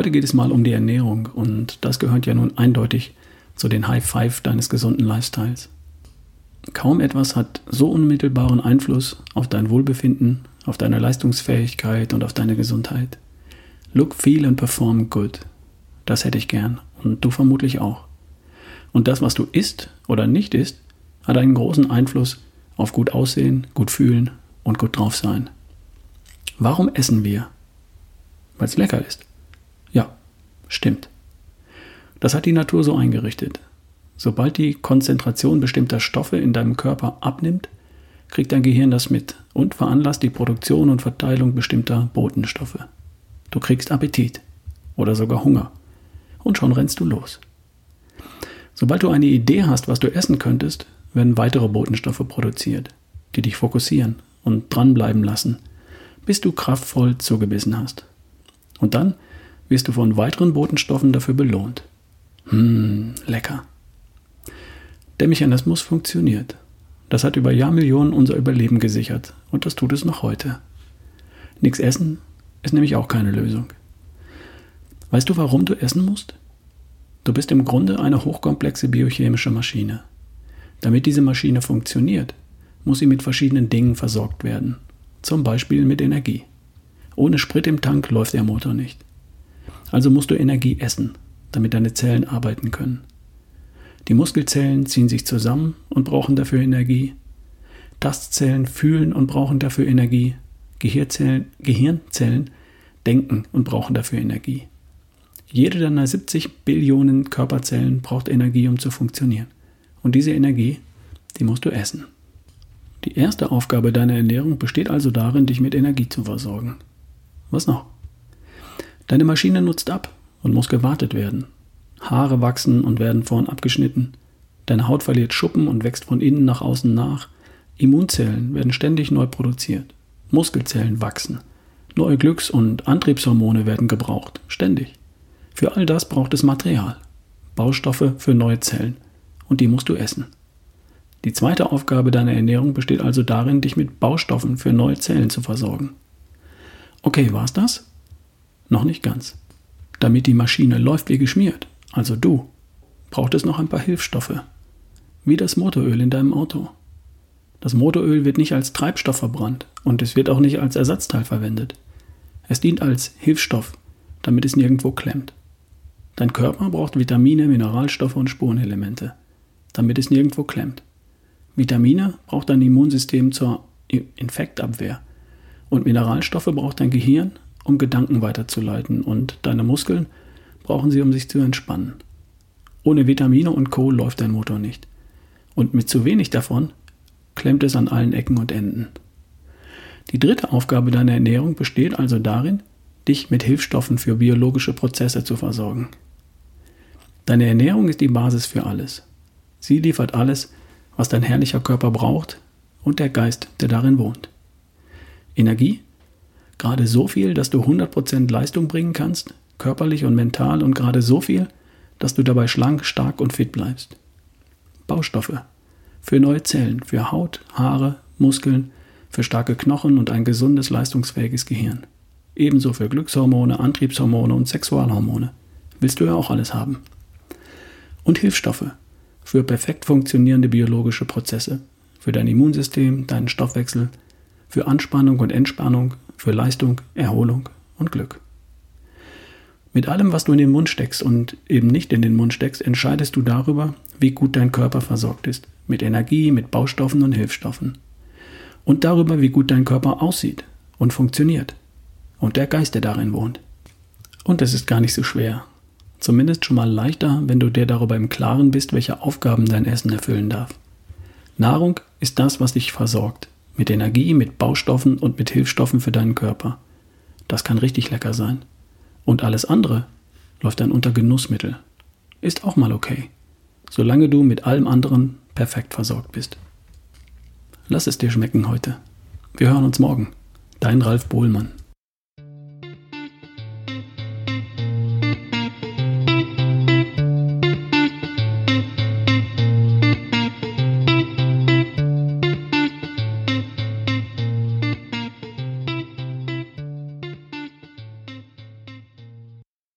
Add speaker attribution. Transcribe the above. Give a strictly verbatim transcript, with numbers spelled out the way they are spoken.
Speaker 1: Heute geht es mal um die Ernährung und das gehört ja nun eindeutig zu den High Five deines gesunden Lifestyles. Kaum etwas hat so unmittelbaren Einfluss auf dein Wohlbefinden, auf deine Leistungsfähigkeit und auf deine Gesundheit. Look, feel and perform good. Das hätte ich gern und du vermutlich auch. Und das, was du isst oder nicht isst, hat einen großen Einfluss auf gut aussehen, gut fühlen und gut drauf sein. Warum essen wir? Weil es lecker ist. Ja, stimmt. Das hat die Natur so eingerichtet. Sobald die Konzentration bestimmter Stoffe in deinem Körper abnimmt, kriegt dein Gehirn das mit und veranlasst die Produktion und Verteilung bestimmter Botenstoffe. Du kriegst Appetit oder sogar Hunger und schon rennst du los. Sobald du eine Idee hast, was du essen könntest, werden weitere Botenstoffe produziert, die dich fokussieren und dranbleiben lassen, bis du kraftvoll zugebissen hast. Und dann wirst du von weiteren Botenstoffen dafür belohnt. Hm, lecker. Der Mechanismus funktioniert. Das hat über Jahrmillionen unser Überleben gesichert und das tut es noch heute. Nichts essen ist nämlich auch keine Lösung. Weißt du, warum du essen musst? Du bist im Grunde eine hochkomplexe biochemische Maschine. Damit diese Maschine funktioniert, muss sie mit verschiedenen Dingen versorgt werden. Zum Beispiel mit Energie. Ohne Sprit im Tank läuft der Motor nicht. Also musst du Energie essen, damit deine Zellen arbeiten können. Die Muskelzellen ziehen sich zusammen und brauchen dafür Energie. Tastzellen fühlen und brauchen dafür Energie. Gehirnzellen, Gehirnzellen denken und brauchen dafür Energie. Jede deiner siebzig Billionen Körperzellen braucht Energie, um zu funktionieren. Und diese Energie, die musst du essen. Die erste Aufgabe deiner Ernährung besteht also darin, dich mit Energie zu versorgen. Was noch? Deine Maschine nutzt ab und muss gewartet werden. Haare wachsen und werden vorn abgeschnitten. Deine Haut verliert Schuppen und wächst von innen nach außen nach. Immunzellen werden ständig neu produziert. Muskelzellen wachsen. Neue Glücks- und Antriebshormone werden gebraucht. Ständig. Für all das braucht es Material. Baustoffe für neue Zellen. Und die musst du essen. Die zweite Aufgabe deiner Ernährung besteht also darin, dich mit Baustoffen für neue Zellen zu versorgen. Okay, war's das? Noch nicht ganz. Damit die Maschine läuft wie geschmiert, also du, braucht es noch ein paar Hilfsstoffe. Wie das Motoröl in deinem Auto. Das Motoröl wird nicht als Treibstoff verbrannt und es wird auch nicht als Ersatzteil verwendet. Es dient als Hilfsstoff, damit es nirgendwo klemmt. Dein Körper braucht Vitamine, Mineralstoffe und Spurenelemente, damit es nirgendwo klemmt. Vitamine braucht dein Immunsystem zur Infektabwehr und Mineralstoffe braucht dein Gehirn, um Gedanken weiterzuleiten und deine Muskeln brauchen sie, um sich zu entspannen. Ohne Vitamine und Co. läuft dein Motor nicht. Und mit zu wenig davon klemmt es an allen Ecken und Enden. Die dritte Aufgabe deiner Ernährung besteht also darin, dich mit Hilfsstoffen für biologische Prozesse zu versorgen. Deine Ernährung ist die Basis für alles. Sie liefert alles, was dein herrlicher Körper braucht und der Geist, der darin wohnt. Energie? Gerade so viel, dass du hundert Prozent Leistung bringen kannst, körperlich und mental, und gerade so viel, dass du dabei schlank, stark und fit bleibst. Baustoffe für neue Zellen, für Haut, Haare, Muskeln, für starke Knochen und ein gesundes, leistungsfähiges Gehirn. Ebenso für Glückshormone, Antriebshormone und Sexualhormone. Willst du ja auch alles haben. Und Hilfsstoffe für perfekt funktionierende biologische Prozesse, für dein Immunsystem, deinen Stoffwechsel, für Anspannung und Entspannung, für Leistung, Erholung und Glück. Mit allem, was du in den Mund steckst und eben nicht in den Mund steckst, entscheidest du darüber, wie gut dein Körper versorgt ist. Mit Energie, mit Baustoffen und Hilfsstoffen. Und darüber, wie gut dein Körper aussieht und funktioniert. Und der Geist, der darin wohnt. Und es ist gar nicht so schwer. Zumindest schon mal leichter, wenn du dir darüber im Klaren bist, welche Aufgaben dein Essen erfüllen darf. Nahrung ist das, was dich versorgt. Mit Energie, mit Baustoffen und mit Hilfsstoffen für deinen Körper. Das kann richtig lecker sein. Und alles andere läuft dann unter Genussmittel. Ist auch mal okay. Solange du mit allem anderen perfekt versorgt bist. Lass es dir schmecken heute. Wir hören uns morgen. Dein Ralf Bohlmann.